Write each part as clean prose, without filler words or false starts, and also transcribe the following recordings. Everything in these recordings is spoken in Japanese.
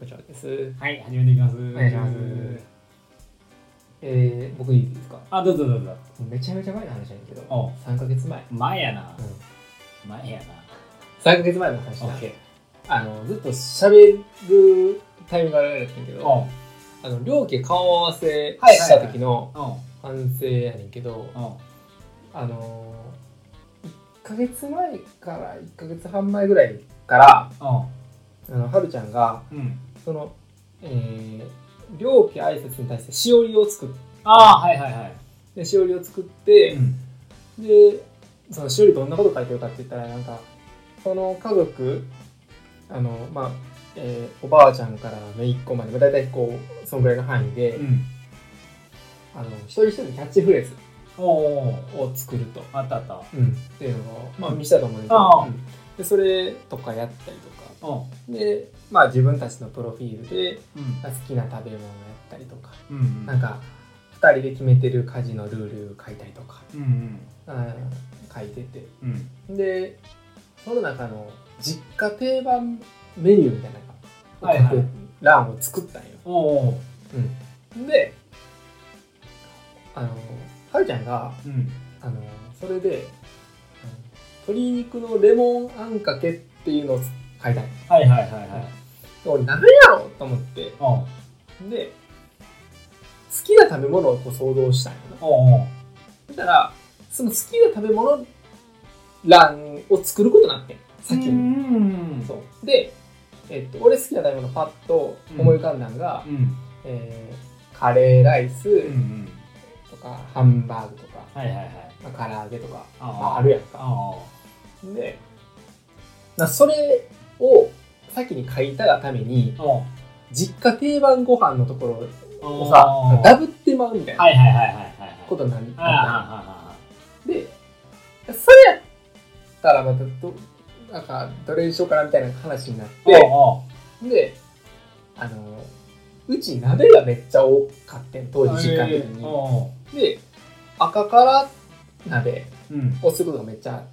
こちらです。 はい、始めていきます。 お願いします。僕いいですか？ あ、どうぞどうぞ。 めちゃめちゃ前の話なんだけど、 お 3ヶ月前。 前やな。 うん、 前やな。 3ヶ月前の話だ。 オッケずっと喋るタイミングがあるんだけど、 ー。 両家顔合わせした時の反省やねんけど、1ヶ月前から1ヶ月半前ぐらいから、はるちゃんが、その、両家挨拶に対してしおりを作って、でしおりを作って、でそのしおりどんなこと書いてるかって言ったら、なんかその家族おばあちゃんから姪っ子までだいたいこうそのぐらいの範囲で、一人一人キャッチフレーズを作るとあったあった、 っていうのを、見せたと思うんだけど、でそれとかやったりとかで、自分たちのプロフィールで好きな食べ物やったりとか、なんか2人で決めてる家事のルール書いたりとか、書いてて、でその中の実家定番メニューみたいなのを書く欄を作ったんよ。ではるちゃんが、それで鶏肉のレモンあんかけっていうのを書いたんよ。俺鍋やろと思って、で好きな食べ物をこう想像したんよ。だからその好きな食べ物欄を作ることになってん先に。そうで、俺好きな食べ物パッと思い浮かんだのが、カレーライスとかハンバーグとか、唐揚げとかあるやんか。でそれを先に書いたがために、実家定番ご飯のところをさダブってまうみたいなことになったで、それやったらまたなんかどれにしようかなみたいな話になって、でうち鍋がめっちゃ多かったん当時実家に。で赤から鍋をすることがめっちゃあって、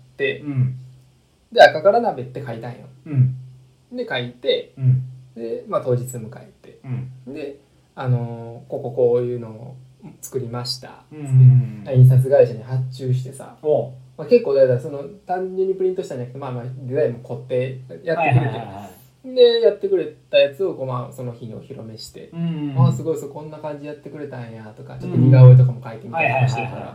で赤から鍋って書いたんよ。で書いて、で当日迎えて、でこういうのを作りましたって印刷会社に発注してさ、結構だからその単純にプリントしたんじゃなくて、デザインも凝ってやってくれて、でやってくれたやつをその日にお披露目して、すごいこんな感じやってくれたんやとか、ちょっと似顔絵とかも描いてみたりとかしてるから、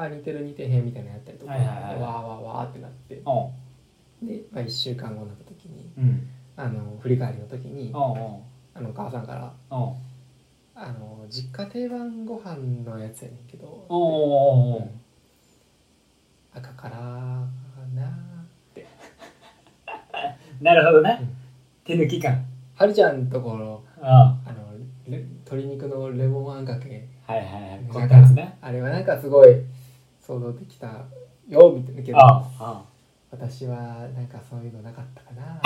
似てる似てへんみたいなのやったりとか、わーってなって、で、1週間後になった時に、振り返りの時に、お母さんから実家定番ご飯のやつやねんけど、赤からなってなるほどね、手抜き感。 はるちゃんのところ鶏肉のレモンあんかけ、 こんなやつね、 あれはなんかすごい想像できたよみたいなけど、私はなんかそういうのなかったかな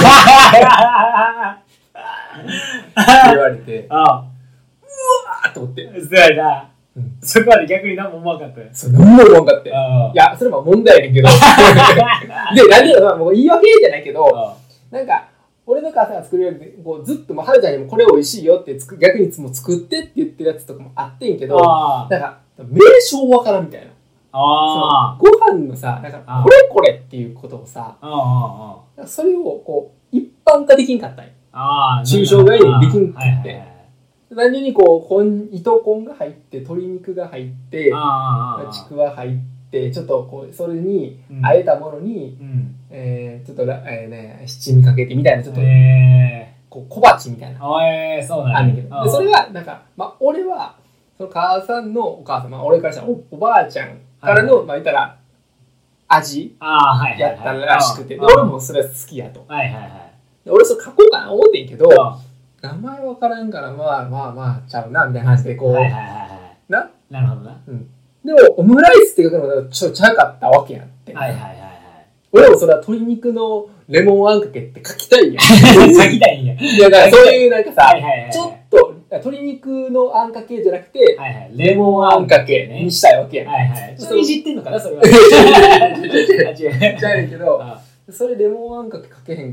って言われて、うわーっと思って、 そうやな、そこまで逆に何も思わんかったよ。 何も思わんかった。いやそれも問題やねんけどで何でもう言い訳じゃないけど、なんか俺の母さんが作るよりこうずっとはるちゃんにもこれ美味しいよって逆にいつも作ってって言ってるやつとかもあってんけど、なんか名称わからんみたいな。ご飯のさ、なんかこれっていうことをさ、それをこう一般化できんかったんよ。抽象概念できんかって、単純に糸こんが入って鶏肉が入ってちくわ入ってちょっとこうそれに和えたものに、ちょっと七味かけてみたいな、ちょっとこう小鉢みたいなあんねんけど、でそれはなんか俺はその母さんのお母さん、俺からしたら おばあちゃんからの言ったら味やったらしくて、で俺もそれは好きやと。で俺それ書こうかな思ってんけど、名前分からんからちゃうなみたいな話でこうなるほどな。 でもオムライスって書くのがちゃうかったわけやって。俺もそれは鶏肉のレモンあんかけって書きたいやん。 書きたいんや。 だからそういうなんかさ、ちょっと鶏肉のあんかけじゃなくてレモンあんかけにしたいわけやん。 ちょっといじってんのかなそれは。 違うけど、それレモンあんかけかけへんくって 、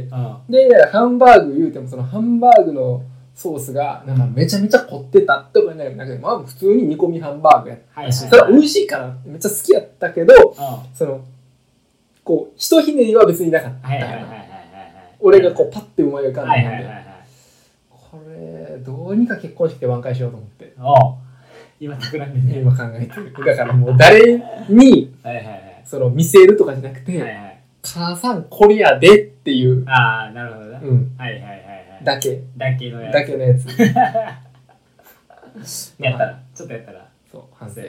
でハンバーグ言うてもそのハンバーグのソースがなんかめちゃめちゃ凝ってたとかじゃなくて、まあ普通に煮込みハンバーグやったし、それは美味しいからめっちゃ好きやったけど、そのこうひとひねりは別になかったから、俺がこうパッて思い浮かんだので、これどうにか結婚式で挽回しようと思って、 今企んでね、 今考えてる。だからもう誰にその見せるとかじゃなくて、母さんこれやでっていう、 なるほどね、だけのやつやったらちょっとやったらそう反省だ、はい、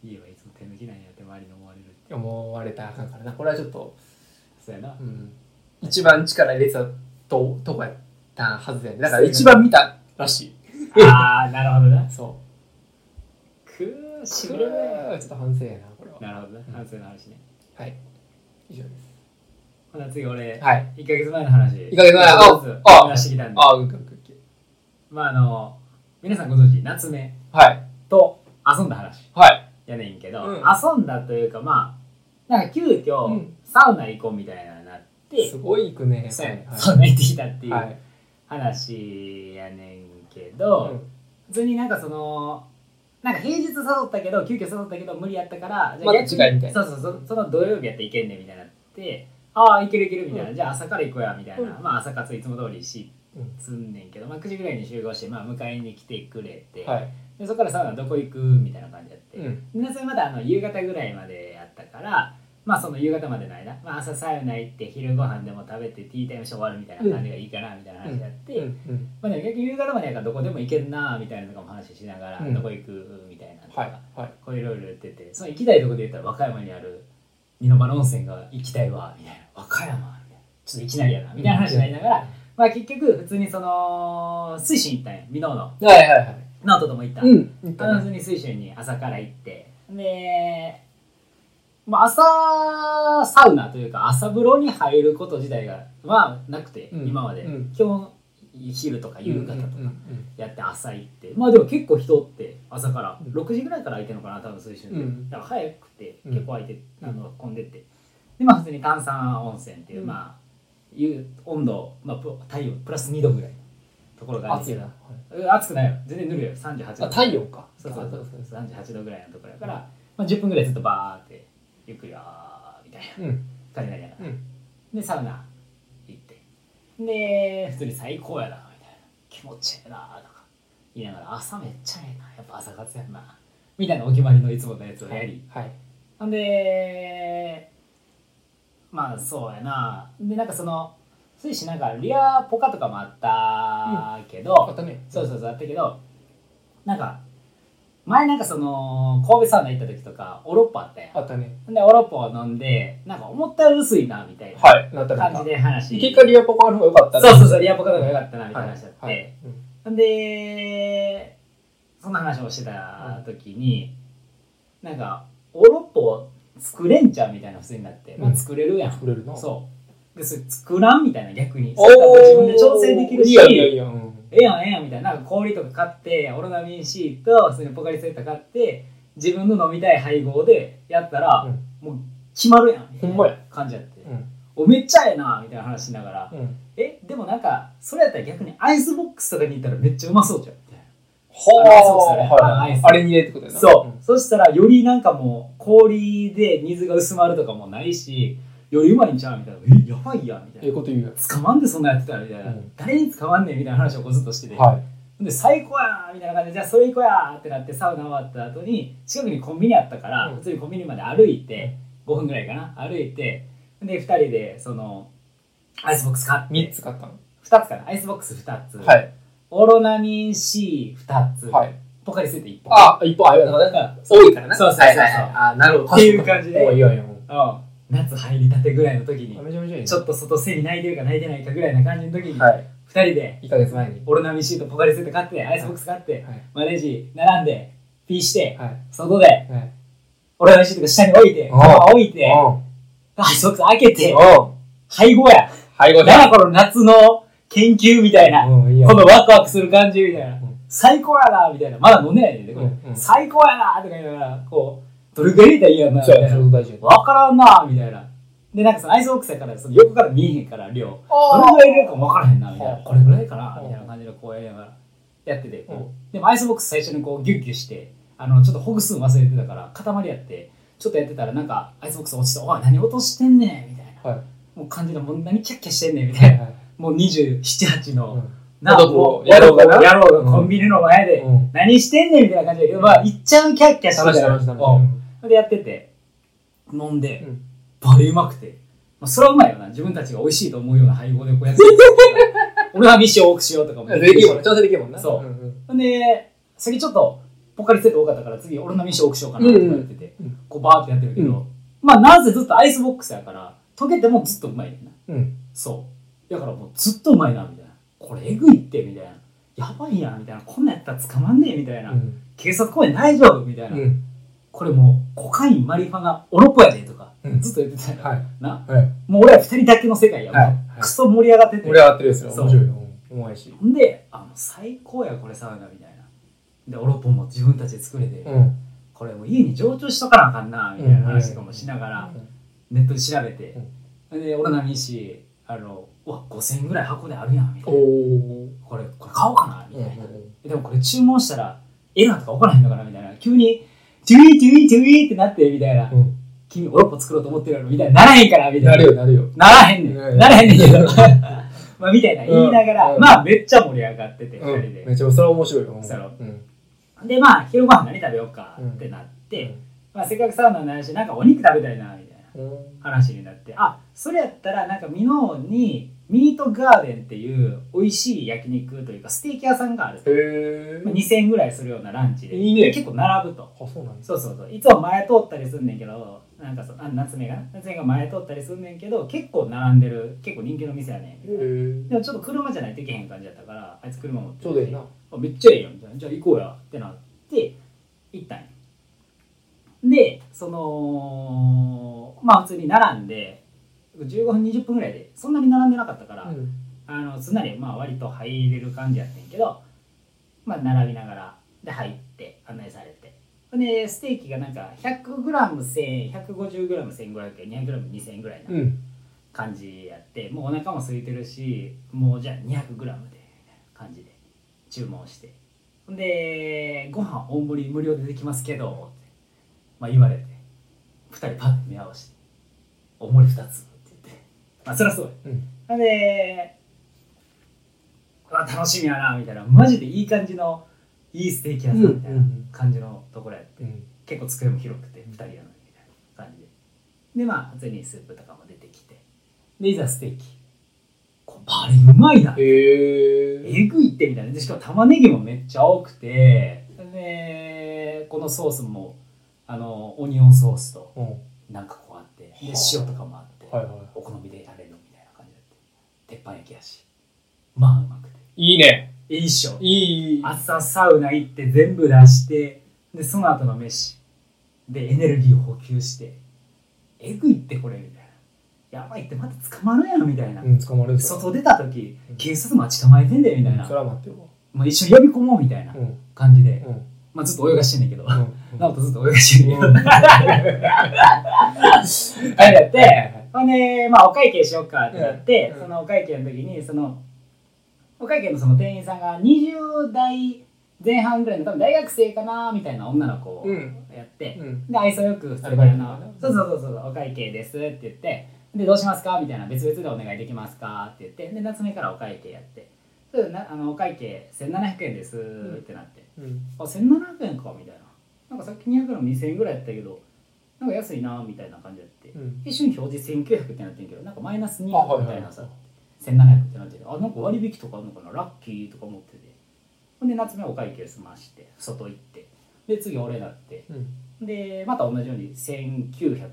いいわ、いつも手抜きなんやって周りに思われるって思われたらあかんからな。これはちょっとそうやな、 一番力入れてたとこやったはずだよね。だから一番見たらしい。 なるほどね。 そうしびれね。ちょっと反省やなこれは。 なるほどね、反省の話ね。 はい、以上です。 ほな次俺、1 ヶ月前の話 1ヶ月前話してきたんで、まあ皆さんご存知夏目と遊んだ話やねんけど、遊んだというかまあなんか急遽サウナ行こうみたいなのになって、 すごい行くね。 サウナ行ってきたっていう話やねんけど、普通になんかそのなんか平日誘ったけど急遽誘ったけど無理やったから、 じゃあまた近いみたいな、 その土曜日やったら行けんねんみたいになって、行けるみたいな、じゃあ朝から行こうやみたいな、まあ朝活いつも通りすんねんけど、まあ9時ぐらいに集合して、まあ迎えに来てくれて、でそこからサウナどこ行くみたいな感じやって、でそれまだ夕方ぐらいまでやったから、まあその夕方までの間、まあ、朝サウナ行って昼ご飯でも食べてティータイムして終わるみたいな感じがいいかなみたいな話やって、まあでも逆に夕方までやからどこでも行けるなみたいなのとかも話しながら、どこ行くみたいなとか、こういろいろ言ってて、その行きたいとこで言ったら和歌山にある二の丸温泉が行きたいわみたいな、和歌山みたいな、ちょっといきなりやなみたいな話になりながら、まあ結局普通にその水深行ったんや、箕面のノートとも行った、普通に水深に朝から行って、でまあ、朝サウナというか朝風呂に入ること自体がまあなくて、今まで、基本昼とか夕方とかやって朝行って、まあでも結構人って朝から6時ぐらいから空いてるのかな多分水深で、だから早くて結構空いて混んでて、でまあ普通に炭酸温泉っていう、まあ温度、まあ、太陽プラス2度ぐらいのところがあるけど、暑くないよ、全然ぬるいよ、38度、 太陽か、 そう38度ぐらいのところやから、まあ、10分ぐらいずっとバーってゆっくりみたいな感じになりながら、でサウナ行って、で普通に最高やなみたいな、気持ちええなとか言いながら、朝めっちゃええな、やっぱ朝活やんなみたいなお決まりのいつものやつをやり、ほんでまあそうやな、でなんかその水死なんかリアポカとかもあったけど、 あったね、 そうあったけど、なんか前なんかその神戸サウナ行った時とかオロッポあったやん。 あったね。 でオロッポを飲んでなんか思ったより薄いなみたいな感じで話。 結果リアポカの方が良かったな。そうリアポカの方が良かったなみたいな話だって。でそんな話をしてた時に、なんかオロッポ作れんちゃうみたいな普通になって、まあ作れるやん。 作れるな。 そうでそれ作らんみたいな、逆に。自分で調整できるし。ええやんみたいな、なんか氷とか買ってオロナミン C と普通にポカリスエット買って自分の飲みたい配合でやったら、もう決まるやんみたいな感じやって、おめっちゃええなみたいな話しながら、でもなんかそれやったら逆にアイスボックスとかに行ったらめっちゃうまそうじゃんみたいな。 あれに入れってことやな。 そしたらよりなんかもう氷で水が薄まるとかもないし、よりうまいんちゃうみたいな、やばいやみたいな、 こと言うや捕まんでそんなやってたらみたいな、誰に捕まんねんみたいな話をこうずっとしてて、で最高やみたいな感じで、じゃあそれ行こうやってなって、サウナ終わった後に近くにコンビニあったから、普通にコンビニまで歩いて5分ぐらいかな、歩いて、で2人でそのアイスボックス買って、 3つ買ったの、 2つかな、アイスボックス2つ、オロナミン C2 つ、ポカリスエット1本、 1本多いからな。 そうなるほどっていう感じで、夏入りたてぐらいの時に、ちょっと外セリ泣いてるか泣いてないかぐらいな感じの時に、2人で 1ヶ月前にオロナミン C とポカリスエット買って、アイスボックス買って、マネージ並んでピーして、外でオロナミン C とか下に置いて、置いて、アイスボックス開けて、配合や。なんかこの夏の研究みたいな、このワクワクする感じみたいな、最高やなみたいな、まだ飲んでないんで、最高やなとか言いながら、こうどれくらい入れたらいいやんなみたいな、分からんなみたいなでなんかそのアイスボックスやからその横から見えへんから量どれぐらい入れるかも分からへんなみたいな、これぐらいかなみたいな感じでこうやりながらやってて、でもアイスボックス最初にこうギュッギュッしてちょっとほぐすの忘れてたから塊やってちょっとやってたらなんかアイスボックス落ちて「おい何落としてんねん」みたいな、もう感じでもう何キャッキャしてんねんみたいな、もう27、8の、もうやろうがコンビニの前で何してんねんみたいな感じだけど、まあいっちゃんキャッキャしてたらでやってて飲んでバリうまくて、まあ、それはうまいよな、自分たちが美味しいと思うような配合でこうやって俺は飯を多くしようとかもできるもん、調整できるもんな。 そうで先ちょっとポカリセット多かったから次俺の飯多くしようかなって言ってて、こうバーってやってるけど、まあなぜずっとアイスボックスやから溶けてもずっとうまいねんな、そうだからもうずっとうまいなみたいな、これえぐいってみたいな、やばいやんみたいな、こんなんやったら捕まんねえみたいな、警察公園大丈夫みたいな、これもうコカインマリファナオロポやでとかずっと言ってたよ、な、もう俺ら2人だけの世界や、クソ盛り上がってて、 盛り上がってるですよ、面白いよ、重いし、 ほんで最高やこれサウナみたいな、でオロポも自分たちで作れて、これもう家に常駐しとかなあかんなみたいな話とかもしながらネットで調べて、で俺なみしうわ5000円ぐらい箱であるやんみたいな、これ買おうかなみたいな、でもこれ注文したらエラーとか起こらへんのかなみたいな、急にトゥイートゥイートゥイーってなってみたいな、君オロポ作ろうと思ってるやろみたいな、ならへんからみたいな、 なるよならへんねんけどまあみたいな言いながら、まあめっちゃ盛り上がってて2人で、 めっちゃそれは面白いよ。 でまあ昼ご飯何食べようかってなって、まあせっかくサウナの話なんかお肉食べたいなみたいな話になって、それやったらなんか箕面にミートガーデンっていう美味しい焼肉というかステーキ屋さんがある。2000円ぐらいするようなランチで、結構並ぶと。そういつも前通ったりすんねんけど、なんか夏目が前通ったりすんねんけど、結構並んでる結構人気の店やねん。でもちょっと車じゃないといけへん感じだったから、あいつ車持ってちょうどいいな、 めっちゃいいよみたいな、じゃあ行こうやってなって行ったんや。でまあ普通に並んで15分20分ぐらいで、そんなに並んでなかったから、すんなりまあ割と入れる感じやってんけど、まあ並びながらで入って案内されて、でステーキがなんか 100g1000 円 150g1500 円 200g2000 円ぐらいな感じやって、もうお腹も空いてるし、もうじゃあ 200g でみたいな感じで注文して、でご飯大盛り無料でできますけどって、まあ、言われて2人パッて目合わせて大盛り2つって言って、まあそりゃそうや、で楽しみやなみたいな、マジでいい感じのいいステーキ屋さんみたいな感じのところやって、結構机も広くて2人やのにみたいな感じで、まあ普通にスープとかも出てきて、でいざステーキ、バリうまいな、えぐいってみたいな、でしかも玉ねぎもめっちゃ多くて、でこのソースもオニオンソースとなんかこうあって、で塩とかもあって、お好みでやれるみたいな感じで、鉄板焼きやし、まあうまくていいね、 いいっしょ、 いい、 朝サウナ行って全部出して、でその後の飯でエネルギーを補給して、えぐいってこれみたいな、やばいってまた捕まるやんみたいな、 捕まる、 外出た時警察待ち構えてんでみたいな、 それは待ってよ、 もう一緒に呼び込もうみたいな感じで、まあずっと泳がしてんねんけど、なおとずっと泳がしてんねんけど、あれやって、ほんでまあお会計しようかってなって、そのお会計の時にお会計のその店員さんが20代前半ぐらいの多分大学生かなみたいな女の子をやって、で愛想よく普通にそうお会計ですって言って、でどうしますかみたいな、別々でお願いできますかって言って、で夏目からお会計やって、お会計1700円ですってなって、1700円かみたいな、なんかさっき200の2000円ぐらいやったけどなんか安いなみたいな感じやって、一瞬表示1900ってなってんけど、なんかマイナス200みたいなさ、1700ってなってて、なんか割引とかあるのかな、ラッキーとか思ってて、ほんで夏目お会計済まして外行って、で次俺なって、でまた同じように1900ってなって、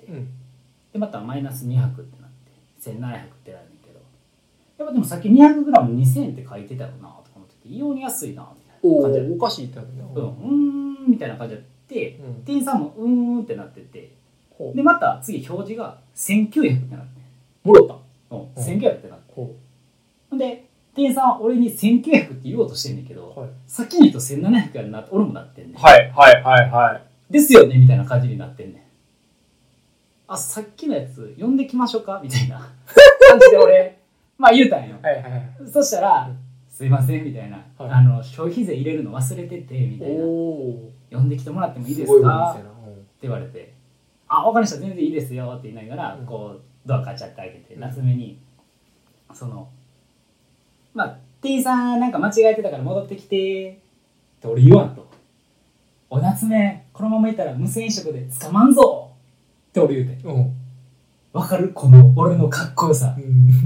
でまたマイナス200ってなって1700ってなるんだけど、やっぱでもさっき 200g2000 円って書いてたよなとか思ってて、異様に安いなみたいな感じで、 おかしいってなってね、 みたいな感じでやって、店員さんもってなってて、でまた次表示が1900ってなって、 もろった 1900ってなって、ほんで店員さんは俺に1900って言おうとしてんねんけど、さっきの人1700やんなって俺もなってんねん、ですよねみたいな感じになってんねん。 さっきのやつ呼んできましょうかみたいな感じで俺まあ言うたんよ。はいはいはい、そしたら、すいませんみたいな、はい、消費税入れるの忘れててみたいな、呼んできてもらってもいいですかって言われて、あ、分かりました、全然いいですよって言いながら、こうドアカチャって開けて、夏目にまあ店員さんなんか間違えてたから戻ってきてって俺言わんと、お夏目このままいたら無銭飲食で捕まんぞって俺言うて、わかるこの俺のかっこよさ、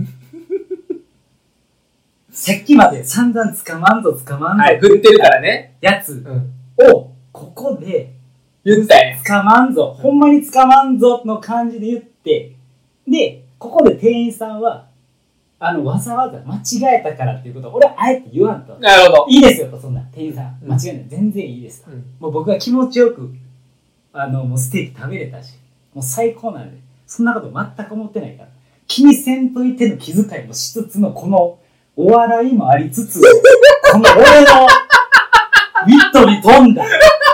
さっきまで散々捕まんぞ捕まんぞ、 はい、振ってるからねやつをここで言ったんや、 捕まんぞ、ほんまに捕まんぞの感じで言って、でここで店員さんはわざわざ間違えたからっていうことを俺はあえて言わんと。 なるほど。 いいですよと、そんな店員さん間違えない、全然いいですと、もう僕は気持ちよくもうステーキ食べれたし、もう最高なんで、そんなこと全く思ってないから、気にせんといての気遣いもしつつの、このお笑いもありつつこの俺のウィットに富んだ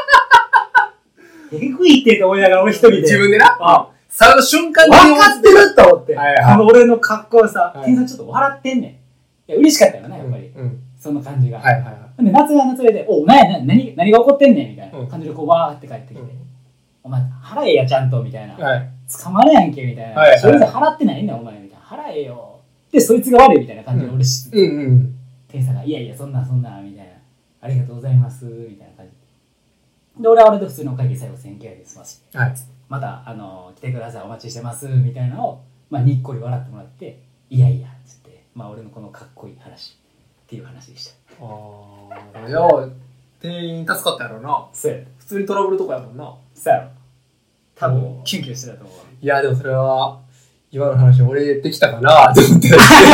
えぐいってと思いながら俺一人で自分でな、触る瞬間に分かってると思って、はいはい、この俺のかっこよさ、店員さんちょっと笑ってんねん。いや嬉しかったよねやっぱり、その感じが。はいはいはい、で夏が夏で、お前何が起こってんねんみたいな感じでこうわーって帰ってきて、お前払えやちゃんとみたいな、捕まれやんけみたいな、それじゃ払ってないんだお前みたいな、払えよでそいつが悪いみたいな感じで俺知って、店員さんがいやいやそんなみたいな、ありがとうございますみたいな感じで、俺は俺で普通のお会計最後1000円で済まして、また来てくださいお待ちしてますみたいなのを、まあ、にっこり笑ってもらって、いやいやっつって、まあ、俺のこのかっこいい話っていう話でした。 いや店員助かったやろな。 そうや、 普通にトラブルとかやもんな。 そうやろ、多分キュンキュンしてたと思う。 いやでもそれは今の話俺できたかなって思ってい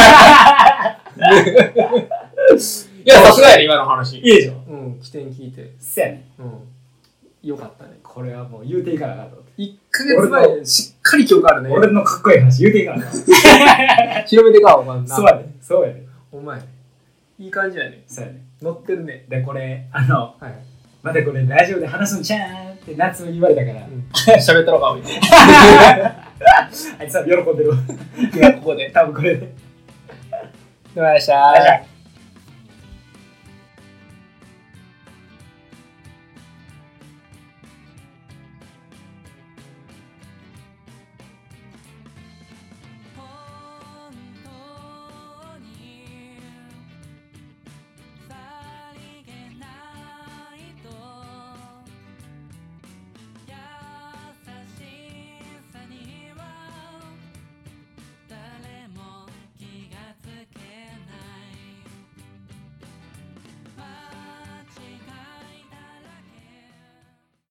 やさすがやね今の話。 いいでしょ。 起点聞いて。 そうやね。 よかったね。 これはもう言うていかなかった。 1ヶ月前しっかり記憶あるね。 俺のかっこいい話言うていかなかった。 広めてかお前な。 そうやね。そうやね。 お前いい感じやね。 そうやね。 乗ってるね。 でこれまたこれラジオで話すんちゃーんって夏に言われたから。 喋ったろかみたいな。 あいつは喜んでる。 いやここで多分これで。 どうもありがとうございました。